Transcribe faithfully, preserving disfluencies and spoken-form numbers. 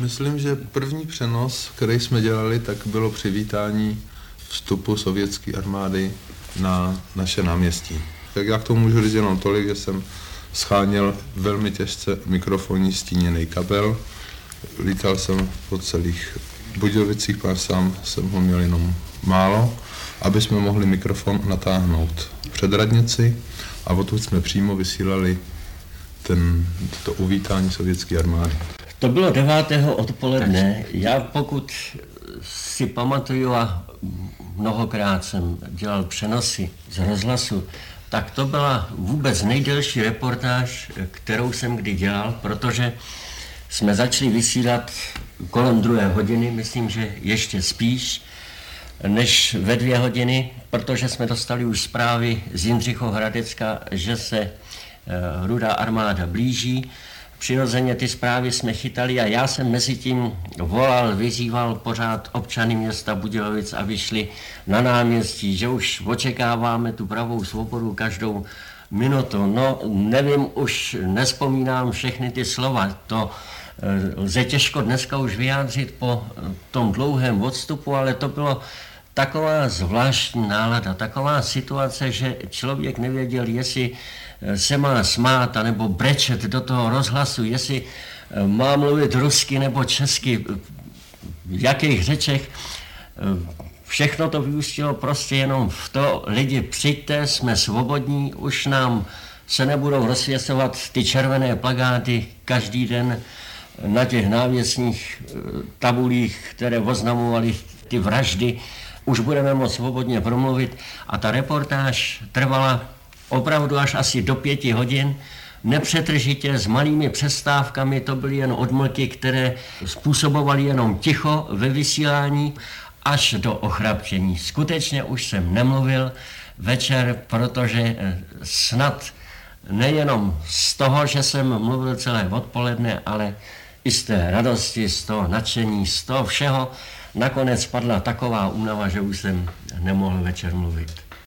Myslím, že první přenos, který jsme dělali, tak bylo přivítání vstupu sovětské armády na naše náměstí. Tak já k tomu můžu říct jenom tolik, že jsem scháněl velmi těžce mikrofonní stíněný kabel. Lítal jsem po celých Budějovicích, protože sám jsem ho měl jenom málo, aby jsme mohli mikrofon natáhnout před radnici a odtud jsme přímo vysílali ten, to uvítání sovětské armády. To bylo devátého odpoledne. Já pokud si pamatuju a mnohokrát jsem dělal přenosy z rozhlasu, tak to byla vůbec nejdelší reportáž, kterou jsem kdy dělal, protože jsme začali vysílat kolem druhé hodiny, myslím, že ještě spíš, než ve dvě hodiny, protože jsme dostali už zprávy z Jindřichohradecka, že se Rudá armáda blíží. Přirozeně ty zprávy jsme chytali a já jsem mezi tím volal, vyzýval pořád občany města Budějovic, aby šli na náměstí, že už očekáváme tu pravou svobodu každou minutu. No, nevím, už nespomínám všechny ty slova, to lze těžko dneska už vyjádřit po tom dlouhém odstupu, ale to bylo taková zvláštní nálada, taková situace, že člověk nevěděl, jestli se má smát nebo brečet do toho rozhlasu, jestli má mluvit rusky nebo česky, v jakých řečech. Všechno to vyústilo prostě jenom v to, lidi přijďte, jsme svobodní, už nám se nebudou rozsvěcovat ty červené plakáty každý den na těch návěsních tabulích, které oznamovaly ty vraždy. Už budeme moct svobodně promluvit a ta reportáž trvala opravdu až asi do pěti hodin, nepřetržitě, s malými přestávkami, to byly jen odmlky, které způsobovaly jenom ticho ve vysílání až do ochrapčení. Skutečně už jsem nemluvil večer, protože snad nejenom z toho, že jsem mluvil celé odpoledne, ale i z té radosti, z toho nadšení, z toho všeho, nakonec padla taková únava, že už jsem nemohl večer mluvit.